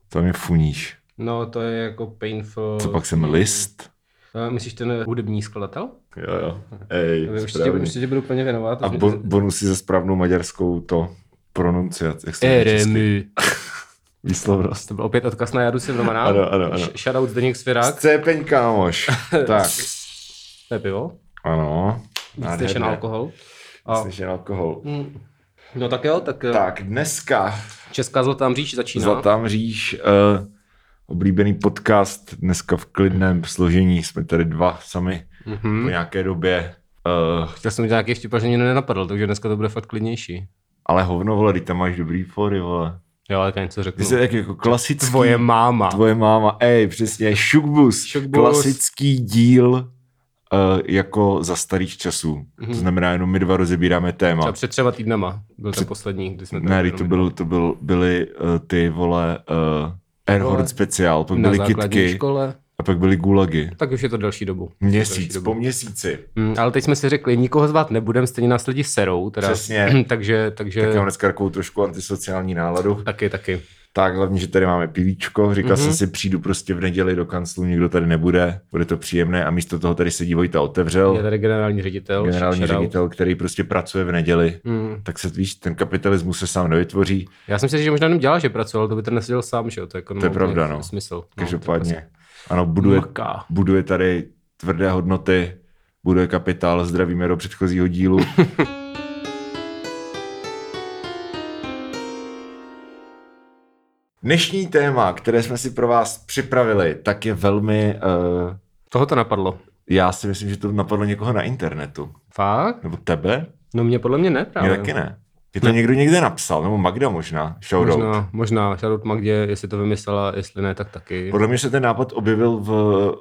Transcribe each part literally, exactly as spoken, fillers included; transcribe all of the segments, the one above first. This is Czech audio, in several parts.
To mě funíš. No, to je jako painful. Co pak jsem list? Uh, myslíš ten hudební skladatel? Jo, jo. Ej, určitě, určitě budu úplně věnovat. A bo, bonusy za správnou maďarskou to pronunciaci. Jak se Eremu. Výslovnost. To byl opět odkaz na Jadu Silvermana. Ano, ano, ano. Shoutout Zdeněk Svěrák. Scépeň, kámoš. Tak. To je pivo. Ano. Víc než jen alkohol. Víc než jen alkohol. Mm. No tak jo, tak... Tak, dneska... Česká Zlatá mříž začíná. Zlatá mříž, uh, oblíbený podcast, dneska v klidném složení, jsme tady dva sami mm-hmm. po nějaké době. Uh, Chtěl jsem mít nějaký vtip, že mě nenapadl, takže dneska to bude fakt klidnější. Ale hovno, vole, ty tam máš dobrý fóry, vole. Jo, ale něco řeknu. Ty jsi tak jako klasický... Tvoje máma. Tvoje máma, ej, přesně, Šukbus. Šukbus. Klasický díl uh, jako za starých časů. Mm-hmm. To znamená, jenom my dva rozebíráme téma. Třeba před třeba týdnama byl před... ten poslední, kdy jsme... Ne, to, byl, to byl, byly uh, ty, vole, uh, Airhort speciál, pak byly kitky. Škole. A pak byly gulagy. Tak už je to delší dobu. Měsíc, delší dobu. po měsíci. Hmm, ale teď jsme si řekli, nikoho zvát nebudem, stejně nás lidi serou. Teda. Přesně. takže, takže... Tak mám dneska takovou trošku antisociální náladu. Taky, taky. Tak, hlavně, že tady máme pivíčko. Říkal mm-hmm. jsem si, přijdu prostě v neděli do kanclu, nikdo tady nebude, bude to příjemné a místo toho tady sedí Vojta Otevřel. Je tady generální ředitel. Generální ředitel, který prostě pracuje v neděli. Mm. Tak se víš, ten kapitalismus se sám nevytvoří. Já jsem si říct, že možná jenom dělal, že pracoval, to by ten neseděl sám, že jo? To je, jako, to je pravda, no. Smysl. Každopádně. No, ano, buduje, buduje tady tvrdé hodnoty, buduje kapitál, zdravíme do předchozího dílu. Dnešní téma, které jsme si pro vás připravili, tak je velmi... Uh, Koho to napadlo? Já si myslím, že to napadlo někoho na internetu. Fakt? Nebo tebe? No mě podle mě ne právě. Mě taky ne. Je to ne. Někdo někde napsal, nebo Magda možná. Shoutout. Možná, možná. Shoutout Magdě, jestli to vymyslela, jestli ne, tak taky. Podle mě se ten nápad objevil v,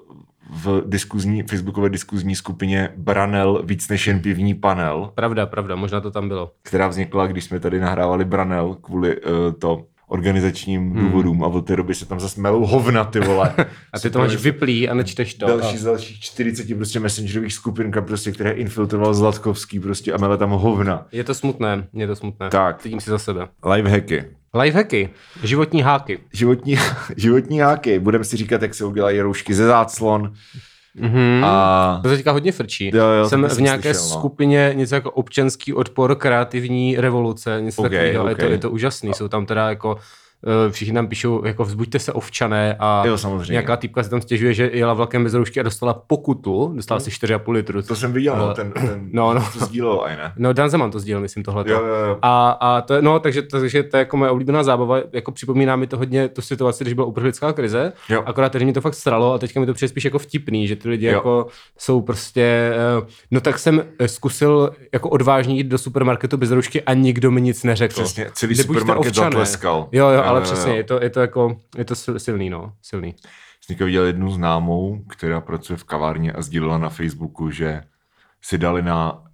v diskuzní, facebookové diskuzní skupině Branel víc než jen pivní panel. Pravda, pravda, možná to tam bylo. Která vznikla, když jsme tady nahrávali Branel kvůli uh, to... organizačním hmm. důvodům a od té doby se tam zase melou hovna, ty vole. A ty to máš vyplý a nečteš to. Další a... z dalších čtyřicet prostě messengerových skupin, prostě, které infiltroval Zlatkovský prostě a mele tam hovna. Je to smutné, je to smutné. Tak. Cítím si za sebe. Lifehacky. Lifehacky. Životní háky. Životní, životní háky. Budeme si říkat, jak se udělají roušky ze záclon. Mm-hmm. A... To teďka hodně frčí. Jo, jo, jsem v nějaké slyšel, no. skupině něco jako občanský odpor, kreativní revoluce, něco okay, takového. Okay. Je, to, je to úžasný. Jsou tam teda jako všichni tam píšou, jako vzbuďte se ovčané a jo, samozřejmě. Nějaká týpka se tam stěžuje, že jela vlakem bez roušky a dostala pokutu, dostala si čtyři a půl litru. To jsem viděl, no, ten, ten no, no. to sdílel aj ne. No, Dan Zeman to sdílel, myslím, tohleto. Jo, jo, jo. A, a to je, no, takže, takže to je jako moje oblíbená zábava, jako připomíná mi to hodně tu situaci, když byla uprchlická krize, jo. Akorát teď mě to fakt sralo a teďka mi to přijde spíš jako vtipný, že ty lidi jo. jako jsou prostě, no tak jsem zkusil jako odvážně jít do supermarketu bez roušky a nikdo mi nic neřekl. Přesně, celý supermarket zatleskal. Jo, jo, ale jo, přesně, jo. Je, to, je to jako, je to silný, no, silný. Jsem viděl jednu známou, která pracuje v kavárně a sdílela na Facebooku, že si dali na uh,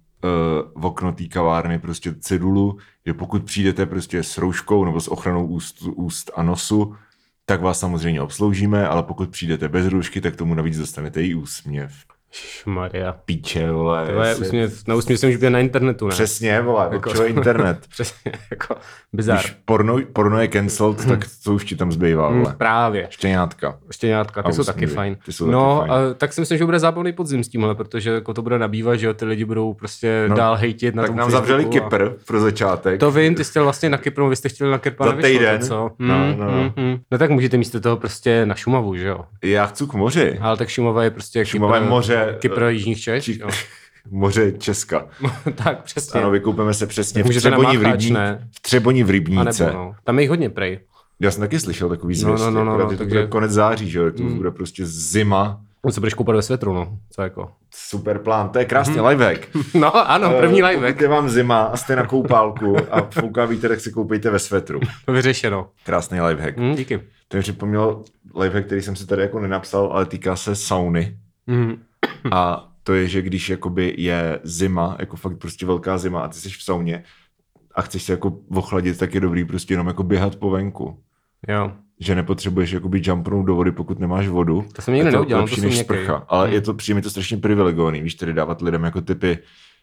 v okno té kavárny prostě cedulu, že pokud přijdete prostě s rouškou nebo s ochranou úst, úst a nosu, tak vás samozřejmě obsloužíme, ale pokud přijdete bez roušky, tak tomu navíc dostanete i úsměv. Maria. Píče, vole. To je úsměv, na úsměv jsem už byl na internetu, ne? Přesně, vole, jako, čo je internet. Přesně, jako bizar. Když porno, porno je cancelled, tak co už ti tam zbývá, vole. Mm, právě. Štěňátka. Štěňátka, ty a jsou taky fajn. Ty jsou no, taky fajn. A, tak si myslím, že bude zábavný podzim s tímhle, protože jako to bude nabývat, že jo, ty lidi budou prostě no, dál hejtit na tak tom nám Facebooku zavřeli Kypr a... pro začátek. To vím, ty jste vlastně na Kypru, vy jste chtěli na Kypr, za týden. To, co? No, mm, no. Mm, mm. No tak můžete místo toho prostě na Šumavu, že jo? Já chci k moři. Ale tak Šumava je prostě Šumava Kypr, je moře. Kypr jižních Čech, Či... jo. Moře Česka. Tak přesně. Ano, vykoupeme se přesně v Třeboni v, rybní... v Třeboni v Rybníce. Nebo, no. Tam je jich hodně prej. Já jsem taky slyšel takový zvěst. No, no, no, no, no, takže... to konec září, že jo, to mm. bude prostě zima. On se budeš koupat ve svetru, no. Co jako? Super plán, to je krásný mm. lifehack. No ano, první uh, lifehack. Pokud je vám zima a jste na koupálku a fouká vítr, tak si koupejte ve svetru. Vyřešeno. Krásný lifehack. Mm, díky. To mi připomněl lifehack, který jsem si tady jako nenapsal, ale týká se sauny. Mm. A to je, že když jakoby je zima, jako fakt prostě velká zima a ty jsi v sauně a chceš se jako ochladit, tak je dobrý prostě jenom jako běhat po venku. Jo. Že nepotřebuješ jakoby jumpnout do vody, pokud nemáš vodu. To jsem nikdy neudělal, to jsem sprcha. Ale hmm. je to přijde mi to strašně privilegovaný, víš, tedy dávat lidem jako typy,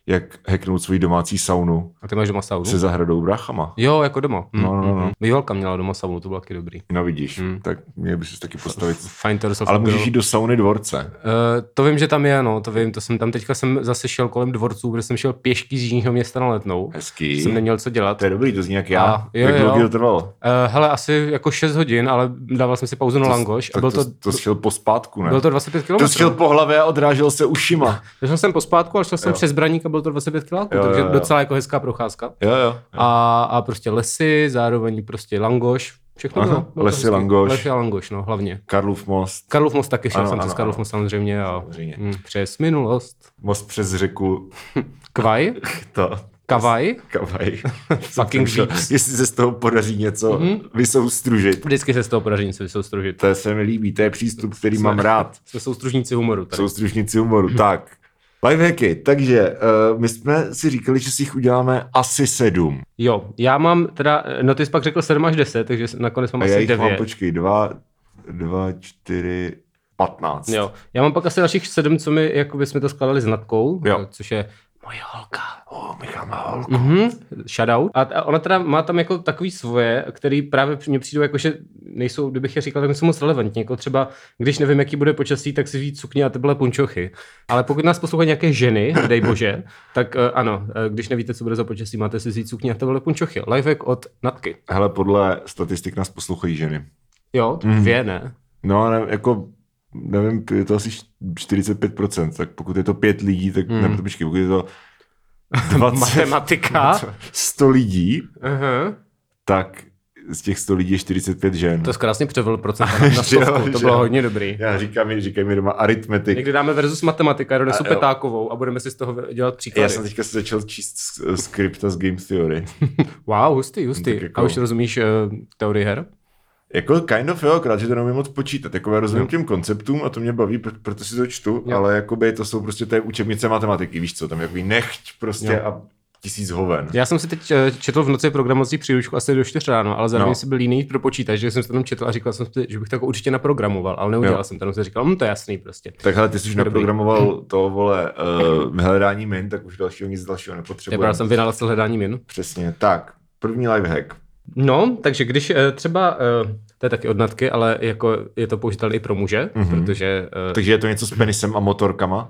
jak hacknout svoji domácí saunu. A ty máš doma saunu? Se zahradou bráchama. Jo, jako doma. No, no, no. Bývalka měla doma saunu, to bylo taky dobrý. No vidíš, Hmm. tak měl by si taky postavit. Fajn, to Ale můžeš jít do sauny Dvorce. Uh, to vím, že tam je, no, to vím, to jsem tam teďka jsem zase šel kolem Dvorců, protože jsem šel pěšky z Jižního Města na Letnou. Hezký. Jsem neměl co dělat. To je dobrý, to zní jak já. A, jo, jak jo. dlouho to trvalo? Uh, hele, asi jako šest hodin, ale dával jsem si pauzu na langoš. To, A byl to, to, to, to šel po spátku, ne? Bylo to dvacet pět To kilometrů. šel po hlavě a odrážel se ušima. Šel jsem po spátku, ale šel jsem Jo. přes Braník a bylo to dvacet pět kiláků, Jo, takže jo, jo. docela jako hezká procházka. Jo, jo. jo. A, a prostě lesy, zároveň prostě langoš, všechno Aha, bylo. bylo to lesy, hezký. langoš. Lesy a langoš, no, hlavně. Karlův most. Karlův most taky šel Ano, jsem ano, přes Karlův ano. most samozřejmě a Samozřejmě. hm, přes minulost. Most přes řeku. Kvaj? To. Kavaj? Kavaj. Fucking Přemýšlel, beats. jestli se z toho podaří něco Mhm. vysoustružit. Vždycky se z toho podaří něco vysoustružit. To se mi líbí, to je přístup, který mám rád. Jsme soustružníci humoru. Tady. Soustružníci humoru. Tak, lifehacky. Takže uh, my jsme si říkali, že si jich uděláme asi sedm. Jo, já mám teda, no ty jsi pak řekl sedm až deset, takže nakonec mám A já asi jich mám, devět. počkej, dva, dva, čtyři, patnáct. Jo, já mám pak asi dalších sedm, co my, jakoby jsme to skladali s Natkou, Jo. což je moje holka. O, Michal má holku. Mhm, shoutout. A a ona teda má tam jako takový svoje, který právě mně přijdou jako, že nejsou, kdybych je říkal, tak nejsou moc relevantní. Jako třeba, když nevím, jaký bude počasí, tak si vzít sukně a tyhle punčochy. Ale pokud nás poslouchají nějaké ženy, dej bože, tak uh, ano, uh, když nevíte, co bude za počasí, máte si vzít sukně a tyhle punčochy. Lifehack od Natky. Hele, podle statistik nás poslouchají ženy. Jo, dvě, ne? No, ne, jako, nevím, je to asi čtyřicet pět procent, tak pokud je to pět lidí, tak hmm. nevím, to počkej, pokud je to dvacet, Matematika. sto lidí, Aha. tak z těch sto lidí je čtyřicet pět žen. To zkrásně převedl procenta na, na stovku, to bylo hodně dobrý. Já říkám, mi- říkají mi doma aritmetik. Někdy dáme versus matematika, do nesu A jo. Petákovou a budeme si z toho dělat příklady. Já jsem teďka se začal číst z- skripta z Game Theory. Wow, hustý, hustý. Tak jako- A už rozumíš uh, teorii her? Jako kind of jo, akorát, že to neumím moc počítat. Jako já rozumím Jo. těm konceptům a to mě baví, pr- proto si to čtu, Jo. ale jakoby to jsou prostě té učebnice matematiky, víš co, tam je takový nechť prostě Jo. a tisíc hoven. Já jsem si teď eh, četl v noci programovací příručku asi do čtyř ráno, ale zároveň No. si byl jiný pro počítač, že jsem se tam četl a říkal jsem si, že bych to jako určitě naprogramoval, ale neudělal Jo. jsem to, jenom jsem říkal, hm, to je jasný prostě. Tak hele, ty jsi už Dobrý. naprogramoval to, vole, uh, hledání min, tak už dalšího nic dalšího Já nepotřebujeme. jsem vynalazil hledání min. Přesně, tak, první lifehack. No, takže když eh, třeba, eh, to je taky od Natky, ale jako je to použitelné i pro muže, Mhm. protože... eh, Takže je to něco s penisem a motorkama?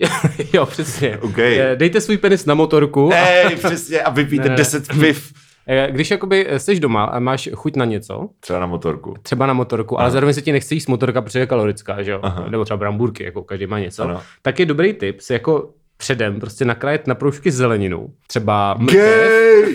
jo, přesně. OK. Eh, Dejte svůj penis na motorku. Ej, přesně, a vypijte Ne, ne. deset piv. Eh, Když jakoby jsi doma a máš chuť na něco, Třeba na motorku. třeba na motorku, ale zároveň se ti nechce jíst motorka, protože je kalorická, že jo? Aha. Nebo třeba brambůrky, jako každý má něco. Ano. Tak je dobrý tip si jako předem prostě nakrájet na proužky zeleninu. Třeba mrkev. Gay!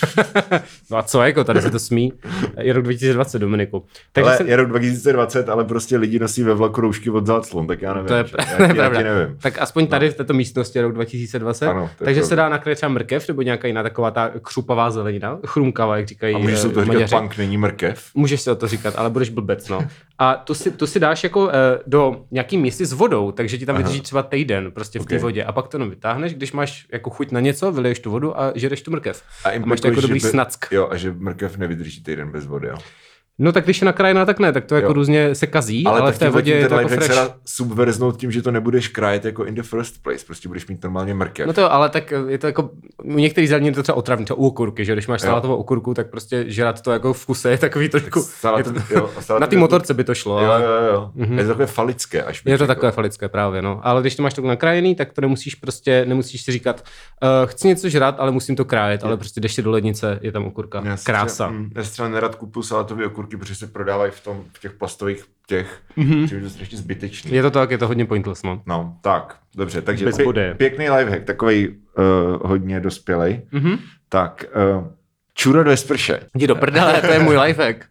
No a co, jako tady se to smí. Je rok dva tisíce dvacet, Dominiku. Takže Ale jsem... je rok dva tisíce dvacet, ale prostě lidi nosí ve vlaku roušky od záclon, tak já nevím. To je, čo. to já, je ti- já pravda. ti nevím. Tak aspoň tady v této místnosti je rok dva tisíce dvacet. Ano, to je takže pravda. se dá nakrájet třeba mrkev nebo nějaká jiná taková ta křupavá zelenina, chrumkavá, jak říkají A můžeš se eh, to říkat Maďaři. punk není mrkev? Můžeš si o to říkat, ale budeš blbec, no. A tu si, tu si dáš jako uh, do nějaký místy s vodou, takže ti tam Aha. vydrží třeba týden prostě v té Ok. vodě a pak to jenom vytáhneš, když máš jako chuť na něco, vyleješ tu vodu a žereš tu mrkev. A, A máš to jako implikuješ, dobrý že by- snack. Jo, a že mrkev nevydrží týden bez vody, jo. No tak když je nakrájená, tak ne, tak to jako Jo. různě se kazí, ale, Ale, ale tak v té vodě je to jako se fresh. dá subverznout tím, že to nebudeš krájet jako in the first place, prostě budeš mít normálně mrkev. No to jo, ale tak je to jako, u některých zelenin je to třeba otravný, třeba u okurky, že když máš Jo. salátovou okurku, tak prostě žrat to jako v kuse je takový trošku, Salát- je to, jo, a salát- na té motorce by to šlo, Jo, ale jo, jo. Mm-hmm. Je to takové falické až. bych je to řekl. takové falické právě, no. Ale když to máš tak nakrájený, tak to nemusíš prostě, nemusíš si říkat, uh, chci něco žrat, ale musím to krájet, ale prostě jdeš si do lednice, je tam okurka. Já si Krása. Třeba, mm, já si třeba nerad kupuju salátové okurky, protože se prodávají v, tom, v těch plastových těch, mm-hmm. že je to strašně zbytečný. Je to tak, je to hodně pointless, no. No, tak, dobře, takže Bez body. pěkný lifehack, takovej uh, hodně dospělej. Mhm. Tak, uh, čurat ve sprše. Jdi do prdele, to je můj lifehack.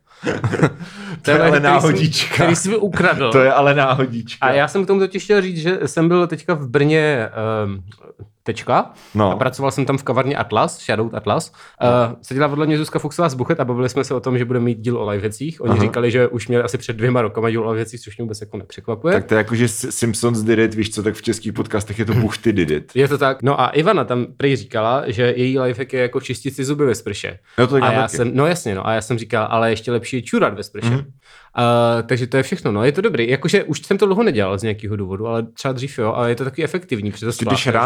To je ale který náhodička. Jsem, který jsi mi ukradl. To je ale náhodička. A já jsem k tomu totiž chtěl říct, že jsem byl teďka v Brně um, tečka No. a pracoval jsem tam v kavárně Atlas, Shoutout Atlas. Uh, seděla vedle mě Zuzka Fuchsová z Buchet a bavili jsme se o tom, že budeme mít díl o lifehackích. Oni Aha. říkali, že už měli asi před dvěma rokama díl o lifehackích, což mě vůbec jako nepřekvapuje. Tak to je jako, že Simpsons did it, víš co, tak v českých podcastech je to Buchty did it. Je to tak. No a Ivana tam prej říkala, že její lifehack je jako čistit si zuby ve sprše. Jo, to a říkám já taky. jsem, no jasně, no a já jsem říkal, ale ještě lepší je čurat ve sprše. Mhm. Mm. Uh, takže to je všechno, no je to dobrý. Jakože už jsem to dlouho nedělal z nějakého důvodu, ale třeba dřív jo, ale je to taky efektivní. Protože to Ty jdeš spláchneš. ráno do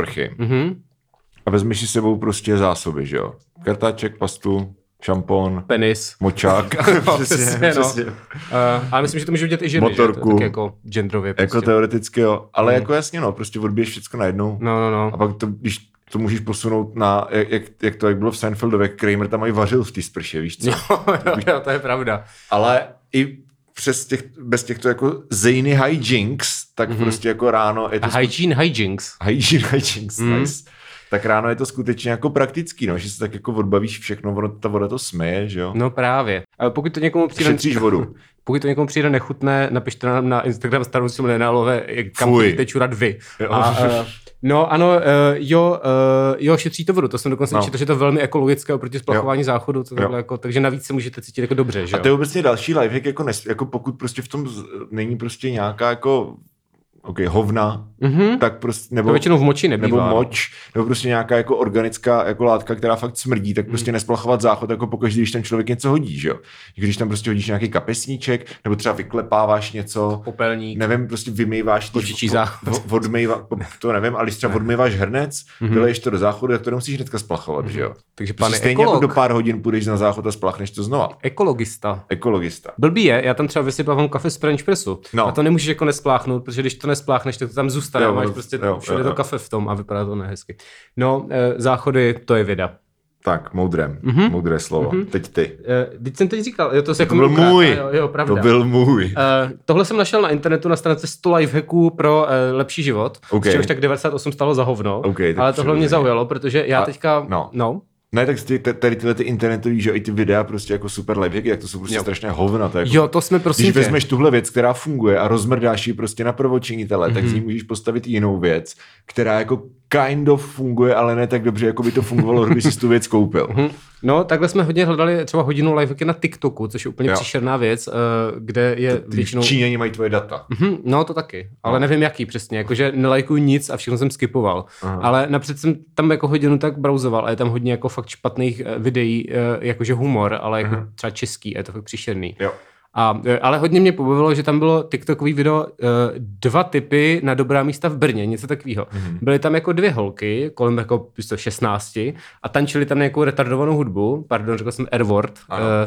sprchy Mm-hmm. a vezmeš si sebou prostě zásoby, že jo? Kartáček, pastu, šampon, penis, močák. no, přesně, přesně, přesně. No. Uh, ale myslím, že to může vidět i ženy, motorku, že? To je tak jako genderově. Prostě. Jako teoreticky jo, ale mm. jako jasně no, prostě odbiješ všechno najednou. No, no, no. A pak to, když to můžeš posunout na, jak, jak, jak to jak bylo v Seinfeldu, jak Kramer tam i vařil v té sprše, víš co? Jo, jo, jo, to je pravda. Ale i přes těch, bez těchto jako zejny hijinks, tak mm-hmm. prostě jako ráno je to... A hygiene hijinks. Hygiene hijinks, mm. nice. Tak ráno je to skutečně jako praktický, no, že se tak jako odbavíš všechno, ono, ta voda to smeje, že jo? No právě. A pokud to někomu přijde... Šetříš vodu. Pokud to někomu přijde nechutné, napište nám na Instagram Starnoucí Lenálové, kam budete čurat vy. A, uh, no ano, uh, jo, uh, jo, šetří to vodu, to jsem dokonce no. četl, že je to velmi ekologické oproti splachování jo. záchodu, to takhle jako, takže navíc se můžete cítit jako dobře, že jo? A to je obecně další lifehack, jako, nes, jako pokud prostě v tom z, není prostě nějaká jako OK, hovna, mm-hmm. tak prostě, nebo, to většinou v moči nebývá. Nebo moč, nebo prostě nějaká jako organická jako látka, která fakt smrdí, tak prostě mm. nesplachovat záchod jako pokaždý, když ten člověk něco hodí, že jo. Když tam prostě hodíš nějaký kapesníček, nebo třeba vyklepáváš něco, popelník, nevím, prostě vymýváš kočičí záchod, odmývá, to nevím, ale když třeba odmýváš hrnec, mm-hmm. vyleješ to do záchodu, tak to nemusíš hnedka splachovat, mm-hmm. že jo. Takže prostě pane stejně ekolog. jako do pár hodin půjdeš na záchod a splachneš to znova. Ekologista. Ekologista. Blbý je, já tam třeba vysypávám kafe z French pressu. No. A to nemůžeš jako nespláchnout, protože když to nespláchneš, tak to tam zůstane, jo, máš prostě jo, všude jo, to kafe v tom a vypadá to nehezky. No, e, záchody, to je věda. Tak, moudré, mm-hmm. moudré slovo. Mm-hmm. Teď ty. E, teď jsem teď říkal, jo, to, to byl můj. Jo, jo, pravda. To byl můj. E, tohle jsem našel na internetu na stránce sto lifehacků pro e, lepší život, okay. z čehož tak devadesát osm stalo za hovno, okay, ale tohle mě zaujalo, protože já a, teďka, no. no. Ne, tak ty, tady tyhle ty internetový, že i ty videa prostě jako super lifehacky, tak to jsou prostě jo. strašné hovna. To jako, jo, to jsme prosím Když tě. vezmeš tuhle věc, která funguje a rozmrdáš ji prostě na prvočinitele, mm-hmm. tak z ní můžeš postavit jinou věc, která jako kind of funguje, ale ne tak dobře, jako by to fungovalo, kdyby si tu věc koupil. Mm-hmm. No, takhle jsme hodně hledali třeba hodinu lifehacky na TikToku, což je úplně jo. příšerná věc, kde je ty většinou... Číňani mají tvoje data. Mm-hmm, no, to taky, ale no. nevím jaký přesně, jakože nelajkuju nic a všechno jsem skipoval. Aha. Ale napřed jsem tam jako hodinu tak browsoval a je tam hodně jako fakt špatných videí, jakože humor, ale jako Aha. třeba český a je to fakt příšerný. Jo. A, ale hodně mě pobavilo, že tam bylo TikTokový video dva typy na dobrá místa v Brně, něco takového. Mm-hmm. Byly tam jako dvě holky, kolem jako šestnácti a tančili tam nějakou retardovanou hudbu, pardon, řekl jsem R-word.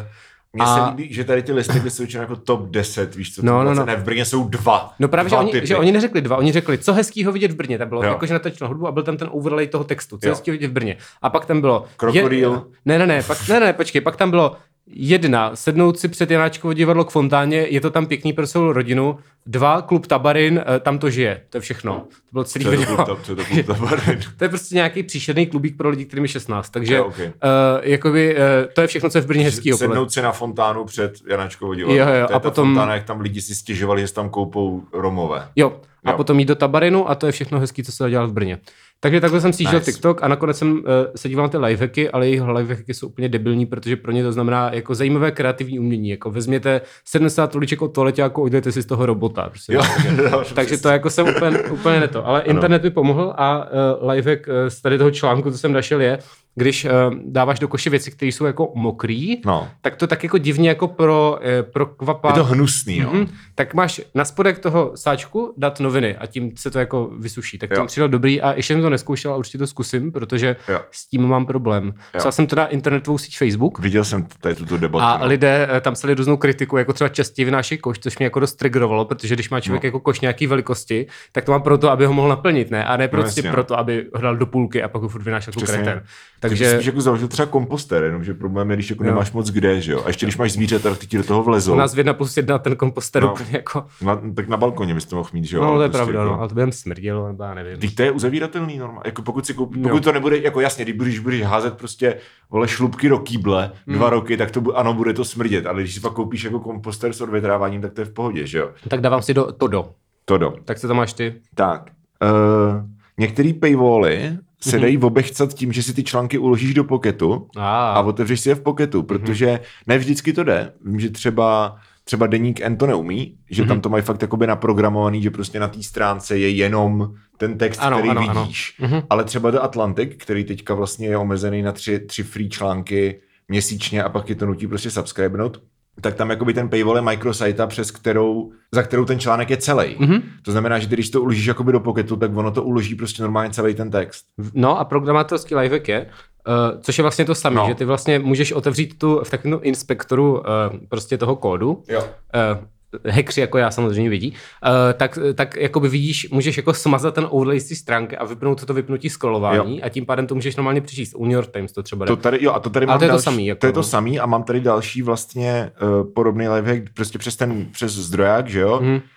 Mně a... se líbí, že tady ty listy jsou jako top deset, víš co, no, no, no. ne, v Brně jsou dva. No právě, dva že, oni, že oni neřekli dva, oni řekli, co hezkýho vidět v Brně, tam bylo jo. jako, že natáčela hudbu a byl tam ten overlay toho textu, co jo. hezkýho vidět v Brně. A pak tam bylo... Krokodýl. Je, ne, ne, ne, pak, ne, ne, počkej, pak tam bylo jedna, sednout si před Janáčkovo divadlo k fontáně, je to tam pěkný pro celou rodinu. Dva, klub Tabarin, tam to žije. To je všechno. To bylo celý co video. To, co to, klub Tabarin? To je prostě nějaký příšerný klubík pro lidi, kterým je šestnáct. Takže okay. uh, jakoby, uh, to je všechno, co je v Brně hezkýho. Sednout si na fontánu před Janáčkovo divadlo. Jo, jo, to je a ta potom... fontána, jak tam lidi si stěžovali, že tam koupou Romové. Jo. A jo. potom jít do Tabarinu a to je všechno hezký, co se dá dělat v Brně. Takže takhle jsem si nice. TikTok a nakonec jsem uh, se díval na ty lifehacky, ale jejich lifehacky jsou úplně debilní, protože pro ně to znamená jako zajímavé kreativní umění. Jako vezměte sedmdesát tuliček od toaleťáku a udělejte si z toho robota. Prostě, jo, takže, no, takže to jako jsem úplně, úplně ne to. Ale internet mi pomohl a uh, lifehack uh, z tady toho článku, co jsem našel je, když uh, dáváš do koše věci, které jsou jako mokrý, no. tak to tak jako divně jako pro, uh, pro kvapa. Je to hnusný, jo. Mm-hmm. Tak máš na spodek toho sáčku dát noviny a tím se to jako vysuší. Tak to mi přijde dobrý a ještě jsem to neskoušel a určitě to zkusím, protože jo. s tím mám problém. Psal jsem to na internetovou síť Facebook. Viděl jsem tady tuto debatu. A no. lidé tam psali různou kritiku, jako třeba častěji vynášejí koš, což mě jako dost triggerovalo, protože když má člověk no. jako koš nějaký velikosti, tak to má proto, aby ho mohl naplnit, ne? A ne prostě no, proto, aby ho dal do půlky a pak ho furt vynášel jako kreten. Takže spíš jako založil třeba kompostér, jenomže problém je, když jako nemáš moc kde, že jo. A ještě když máš zvířata, tak ti do toho vlezou. U nás v jedna plus jedna ten kompostér no. úplně jako. Na, tak na balkoně bys to mohl mít, že jo. No, to je prostě pravda, jako... no, ale to by jen smrdělo, nebo já nevím. Teď to je uzavíratelný normálně. Jako pokud si koupí, pokud to nebude, jako jasně, když budeš, budeš házet prostě vole šlubky do kýble hmm. dva roky, tak to ano, bude to smrdět, ale když si pak koupíš jako kompostér s odvětráváním, tak to je v pohodě, že jo. Tak dávám si do Todo. Todo. Tak co tam máš ty? Tak. Uh, některý paywally se mm-hmm. dají obechcat tím, že si ty články uložíš do Pocketu ah. a otevřeš si je v Pocketu, protože mm-hmm. ne vždycky to jde. Vím, že třeba třeba deník N to neumí, že mm-hmm. tam to mají fakt jakoby naprogramovaný, že prostě na té stránce je jenom ten text, ano, který ano, vidíš. Ano. Mm-hmm. Ale třeba The Atlantic, který teďka vlastně je omezený na tři, tři free články měsíčně a pak je to nutí prostě subscribenout, tak tam jakoby ten paywall je microsite, přes kterou, za kterou ten článek je celý. Mm-hmm. To znamená, že když to uložíš jakoby do Pocketu, tak ono to uloží prostě normálně celý ten text. No a programátorský lifehack je, uh, což je vlastně to samé, no. že ty vlastně můžeš otevřít tu v takovém inspektoru uh, prostě toho kódu. Jo. Uh, hackři jako já samozřejmě vidí, uh, tak, tak jakoby vidíš, můžeš jako smazat ten overlay z té stránky a vypnout to vypnutí scrollování jo. a tím pádem to můžeš normálně přečíst. U New York Times to třeba. To tady, jo, a to tady mám to je další, to samý. Jako, to je to no. samý a mám tady další vlastně uh, podobný lifehack prostě přes ten, přes zdroják, že jo? Mm. Uh,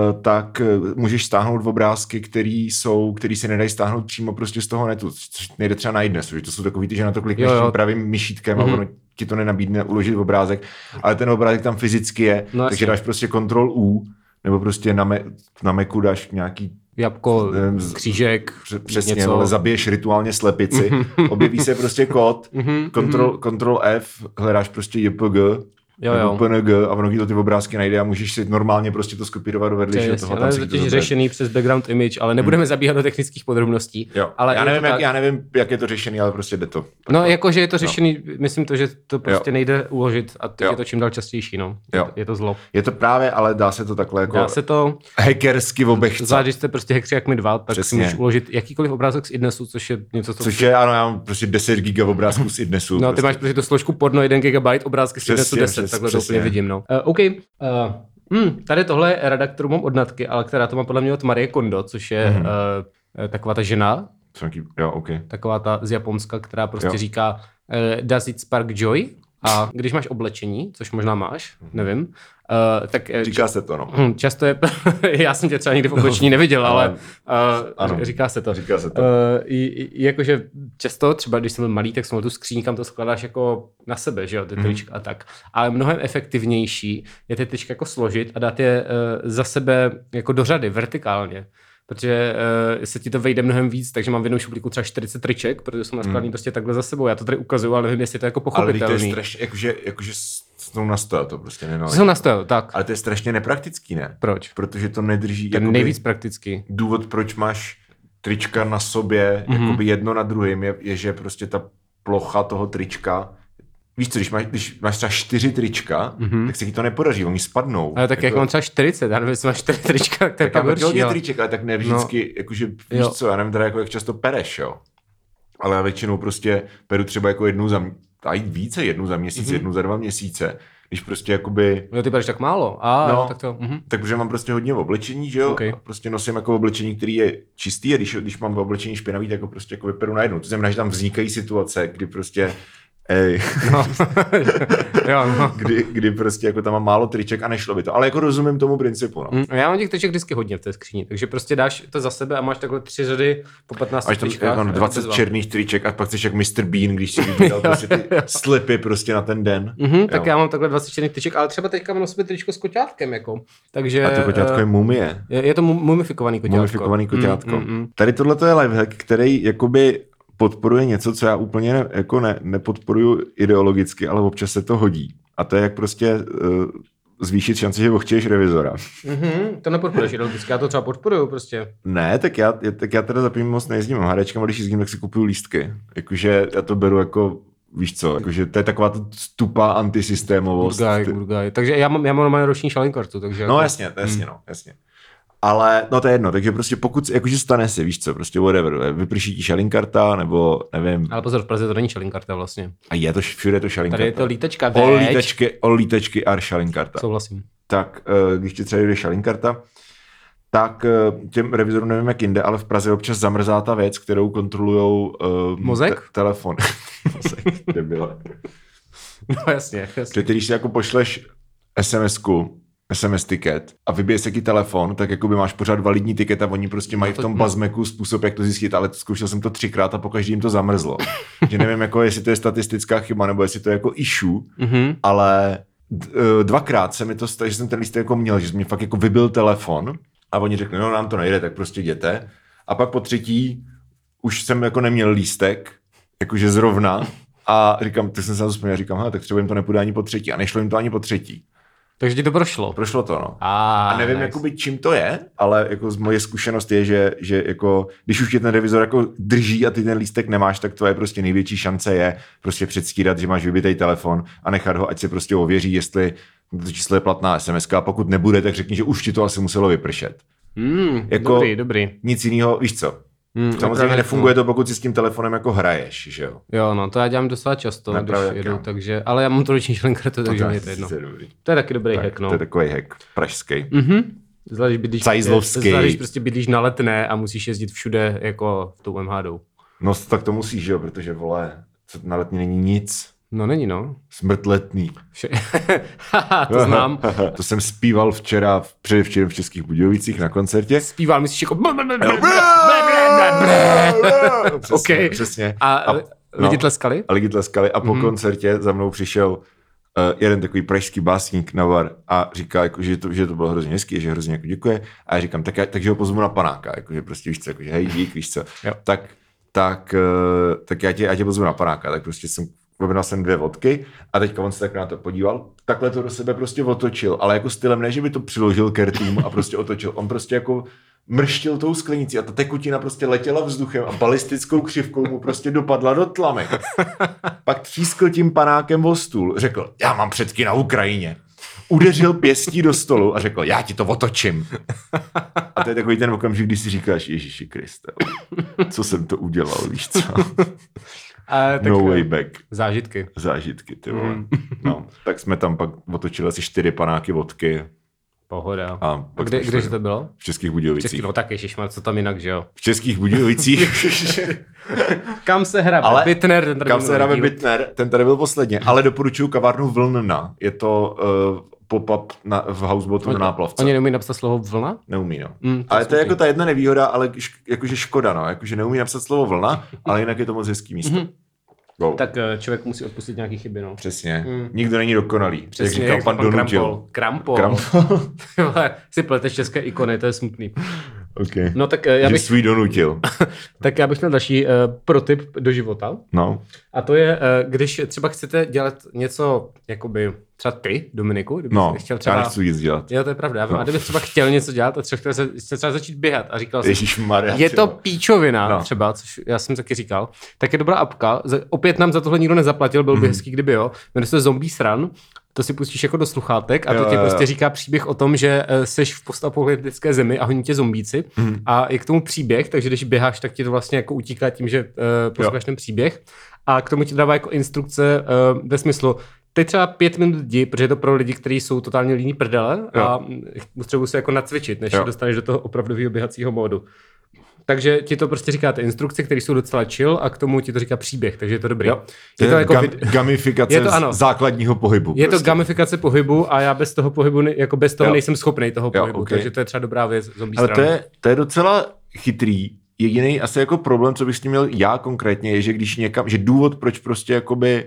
tak uh, můžeš stáhnout obrázky, který jsou, který se nedají stáhnout přímo prostě z toho netu, což nejde třeba na iDnesu, že to jsou takový ty, že na to klikneš tím pravým myšítkem mm. a ono ti to nenabídne uložit obrázek, ale ten obrázek tam fyzicky je, no, takže dáš prostě kontrol U, nebo prostě na, me, na Macu dáš nějaký jabko, křížek, přesně, něco. Ale zabiješ rituálně slepici, objeví se prostě kód, kontrol, kontrol F, hledáš prostě J P G, jo, jo. P N G a ono to ty obrázky najde a můžeš si normálně prostě to skopírovat do vedlejšího toho. Ale je to řešený přes background image, ale nebudeme hmm. zabíhat do technických podrobností. Jo. Ale já, nevím, jak, tak... já nevím, jak je to řešený, ale prostě jde to. No, jakože je to řešený, no. myslím to, že to prostě jo. nejde uložit a teď jo. je to čím dál častější, no. Jo. Je to zlo. Je to právě, ale dá se to takhle jako dá se to hackersky obechcat. Zvlášť, když jste prostě hackři jak my dva, tak přesně. si můžeš uložit jakýkoliv obrázek z iDnesu, což je něco, co... Což je, ano, já mám prostě deset giga obrázků z iDnesu. No, prostě. ty máš prostě tu složku porno jeden gigabyte, obrázky z iDnesu deset, takhle to úplně vidím, no. Uh, OK. Uh, hmm, tady tohle je rada, kterou mám od Natky, ale která to má podle mě od Marie Kondo, což je mm-hmm. uh, taková ta žena, jo, okay. taková ta z Japonska, která prostě jo. říká uh, does it spark joy? A když máš oblečení, což možná máš, nevím, uh, tak... Říká se to, no. Hm, často je... já jsem tě třeba nikdy v oblečení neviděl, ale uh, ano, říká se to. Říká se to. Uh, jakože často, třeba když jsem byl malý, tak jsem tu skříň, kam to skládáš jako na sebe, že jo, ty trička a tak. Ale mnohem efektivnější je ty trička jako složit a dát je uh, za sebe jako do řady, vertikálně. Protože uh, se ti to vejde mnohem víc, takže mám v jednom šuplíku třeba čtyřicet triček, protože jsou naskladný hmm. prostě takhle za sebou. Já to tady ukazuju, ale nevím, jestli to je jako pochopitelný. Ale to je strašně, jakože, jakože jsou na stoja to prostě nenaleží. Jsou na stoja, tak. Ale to je strašně nepraktický, ne? Proč? Protože to nedrží. To je nejvíc praktický. Důvod, proč máš trička na sobě, mm-hmm. jakoby jedno na druhém, je, je, že prostě ta plocha toho trička. Víš co, když máš, když máš třeba čtyři trička, mm-hmm. tak se ti to nepodaří, oni spadnou. Ale tak jako... jak mám třeba čtyřicet, já nevím, jestli máš čtyři trička, tak to je pak horší. Tak mám triček, ale tak ne vždycky, no. jakože, víš jo. co, já nevím teda, jako, jak často pereš, jo. Ale já většinou prostě peru třeba jako jednu za, a jít více, jednu za měsíc, mm-hmm. jednu za dva měsíce. Když prostě jakoby... No ty pereš tak málo, a no, jo, tak to... Mm-hmm. Tak protože mám prostě hodně oblečení, že jo, okay. a prostě nosím jako oblečení, který je čistý a když, když mám oblečení špinavý, tak ho prostě jako vyperu najednou. To znamená, že tam vznikají situace, kdy prostě Ej. No. jo, no. kdy, kdy prostě jako tam mám málo triček a nešlo by to. Ale jako rozumím tomu principu. No. Mm, já mám těch triček vždycky hodně v té skříni, takže prostě dáš to za sebe a máš takhle tři řady po patnácti tričkách. Máš tam dvacet černých triček a pak jsi jak mister Bean, když si vybíral prostě ty slipy prostě na ten den. Mm-hmm, tak já mám takhle dvacet černých triček, ale třeba teďka mám na sobě tričko s koťátkem. Jako. Takže, a to koťátko uh, je mumie. Je, je to mumifikovaný koťátko. Mumifikovaný koťátko. Mm, mm, mm. Tady tohle je lifehack, který jakoby podporuje něco, co já úplně ne, jako ne, nepodporuju ideologicky, ale občas se to hodí. A to je jak prostě uh, zvýšit šanci, že ochtěješ revizora. Mm-hmm, to nepodporuješ ideologicky, já to třeba podporuju prostě. Ne, tak já, tak já teda za první moc nejezdím HDčkem, a když jezdím, tak si kupuju lístky. Jakože já to beru jako, víš co, jakože to je taková ta tupá antisystémovost. Burgaj, burgaj. Takže já mám, já mám normálně roční šalinkartu, takže... No jako... jasně, jasně, mm. no, jasně. Ale, no to je jedno, takže prostě pokud, jakože stane se, víš co, prostě whatever, vyprší ti šalinkarta, nebo nevím. Ale pozor, v Praze to není šalinkarta vlastně. A je to, všude je to šalinkarta. Tady je to lítečka, veď. All lítečky, all lítečky a šalinkarta. Souhlasím. Tak, když ti třeba jde šalinkarta, tak těm revizorům nevím jak jinde, ale v Praze občas zamrzá ta věc, kterou kontrolujou uh, Mozek? Te- telefon. Mozek, debile. No jasně, jasně. Když si jako pošleš SMSku, es em es tiket a vybije se ti telefon, tak jako by máš pořád validní tiket a oni prostě mají v tom bazmeku způsob, jak to zjistit, ale zkoušel jsem to třikrát a pokaždý jim to zamrzlo. Že nevím, jako jestli to je statistická chyba, nebo jestli to je jako issue, mm-hmm. ale dvakrát se mi to stalo, že jsem ten lístek jako měl, že mě fakt jako vybil telefon a oni řekli, no nám to nejde, tak prostě jděte. A pak po třetí už jsem jako neměl lístek, jakože zrovna a říkám, tak jsem se na to vzpomněl, říkám, tak třeba jim to nepůjde ani po třetí a nešlo jim to ani po třetí. Takže ti to prošlo. Prošlo to, no. A, a nevím, nice. jakoby, čím to je, ale jako z moje zkušenost je, že, že jako, když už tě ten revizor jako drží a ty ten lístek nemáš, tak tvoje prostě největší šance je prostě předstírat, že máš vybitej telefon a nechat ho, ať se prostě ověří, jestli to číslo je platná es em eska a pokud nebude, tak řekni, že už ti to asi muselo vypršet. Mm, jako dobrý, dobrý. Nic jiného, víš co? Mm, samozřejmě nefunguje to, pokud si s tím telefonem jako hraješ, že jo? Jo, no to já dělám docela často, když jedu, takže, ale já mám to roční šlenkartu, takže mě je to jedno. To je taky dobrý tak, hack, no. To je takový hack, pražský. Mhm. Zvlášť bydlíš, Cajzlovský. Zvlášť prostě bydlíš na Letné a musíš jezdit všude jako tou em há dou. No tak to musíš, jo, protože vole, na Letní není nic. No není, no. Smrt Letný. To znám. To jsem zpíval včera, předevčírem v Českých Budějovicích na koncertě. Zpíval, myslíš jako... Přesně, přesně. A lidi tleskali? A lidi tleskali a po mm. koncertě za mnou přišel uh, jeden takový pražský básník na bar a říká, jako, že, to, že to bylo hrozně hezký, že hrozně jako děkuje. A já říkám, tak já, takže ho pozvu na panáka, jako, že prostě víš co, jako, že hej, dík, víš co. Tak, tak, uh, tak já, tě, já tě pozvu na panáka, tak prostě jsem objednal jsem dvě vodky a teďka on se tak na to podíval, takhle to do sebe prostě otočil, ale jako stylem ne, že by to přiložil ke rtům a prostě otočil, on prostě jako mrštil tou sklenicí a ta tekutina prostě letěla vzduchem a balistickou křivkou mu prostě dopadla do tlamy. Pak třískl tím panákem o stůl, řekl, já mám předky na Ukrajině. Udeřil pěstí do stolu a řekl, já ti to otočím. A to je takový ten okamžik, kdy si říkáš, Ježíši Kriste, co jsem to udělal, víš co? A, tak, no way back. Zážitky. Zážitky, ty vole. Mm. No, tak jsme tam pak otočili asi čtyři panáky vodky. Pohoda. A pak Kde, kdeže to bylo? V Českých Budějovicích. Český, no tak ježišmar, co tam jinak, že jo? V Českých Budějovicích. Kam se hrabe? Ale Bitner. Ten tady kam se hrabe Bitner, ten tady byl posledně. Ale doporučuju kavárnu Vlna. Je to uh, pop-up na, v Houseboatu na Náplavce. Oni neumí napsat slovo vlna? Neumí, no. Mm, to ale to je jako ta jedna nevýhoda, ale š, jakože škoda, no. Jakože neumí napsat slovo vlna, ale jinak je to moc hezký místo. Mm-hmm. Go. Tak člověk musí odpustit nějaký chyby, no. Přesně. Mm. Nikdo není dokonalý. Přesně, jak říkal pan Donutil. Krampol. Krampol. Si pleteš české ikony, to je smutný. Okay. No tak já bych... svůj Donutil. Tak já bych měl další uh, protip do života. No. A to je, uh, když třeba chcete dělat něco, jakoby třeba ty, Dominiku, kdyby no, chtěl třeba... já nechci nic dělat. Jo, to je pravda. No. A kdyby třeba chtěl něco dělat a třeba chtěl se, se třeba začít běhat a říkal jsem, Maria, je to píčovina no. třeba, což já jsem taky říkal, tak je dobrá apka. Opět nám za tohle nikdo nezaplatil, byl by mm. hezký, kdyby jo. Jmenuje se Zombie Sran. To si pustíš jako do sluchátek a to jo, ti jo, prostě jo. říká příběh o tom, že seš v postapokalyptické zemi a honí tě zombíci. Mm. A je k tomu příběh, takže když běháš, tak ti to vlastně jako utíká tím, že uh, posloucháš ten příběh. A k tomu ti dává jako instrukce uh, ve smyslu, teď třeba pět minut jdi, protože je to pro lidi, kteří jsou totálně líní prdele jo. a potřebují se jako nacvičit, než jo. dostaneš do toho opravdového běhacího módu. Takže ti to prostě říká ty instrukce, které jsou docela chill a k tomu ti to říká příběh, takže je to dobrý. Jo. Je, je to jako gam, gamifikace je to, ano. základního pohybu. Je prostě. To gamifikace pohybu a já bez toho pohybu, jako bez toho jo. nejsem schopnej toho jo, pohybu, okay. takže to je třeba dobrá věc. Ale to je, to je docela chytrý. Jediný asi jako problém, co bych s tím měl já konkrétně, je, že když někam, že důvod, proč prostě jakoby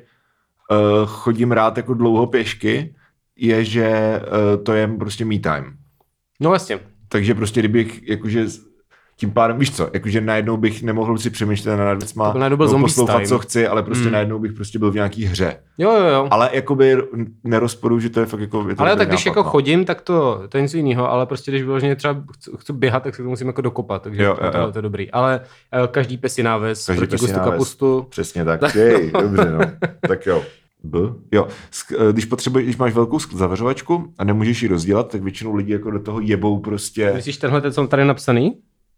uh, chodím rád jako dlouho pěšky, je, že uh, to je prostě me time. No vlastně. Takže prostě kdybych jakože tím pádem, víš co, jakože najednou bych nemohl si přemýšlet nad věcma, nebo poslouchat, time. co chci, ale prostě mm. najednou bych prostě byl v nějaký hře. Jo, jo, jo. Ale jakoby nerozporuji, že to je fakt jako... Je to ale tak když nápad, jako no. chodím, tak to, to je něco jiného, ale prostě když vyloženě třeba chci, chci běhat, tak se to musím jako dokopat, takže jo, jo, jo. to je dobrý. Ale každý pes je náves, každý proti gustu kapustu. Přesně tak, jej, dobře, no. Tak jo. B? Jo. Když potřebuješ, když máš velkou zavěřovačku a nemůžeš ji rozdělat, tak většinou lidi jako do toho jebou prostě... Myslíš tenhle, ten jsou tady napsaný?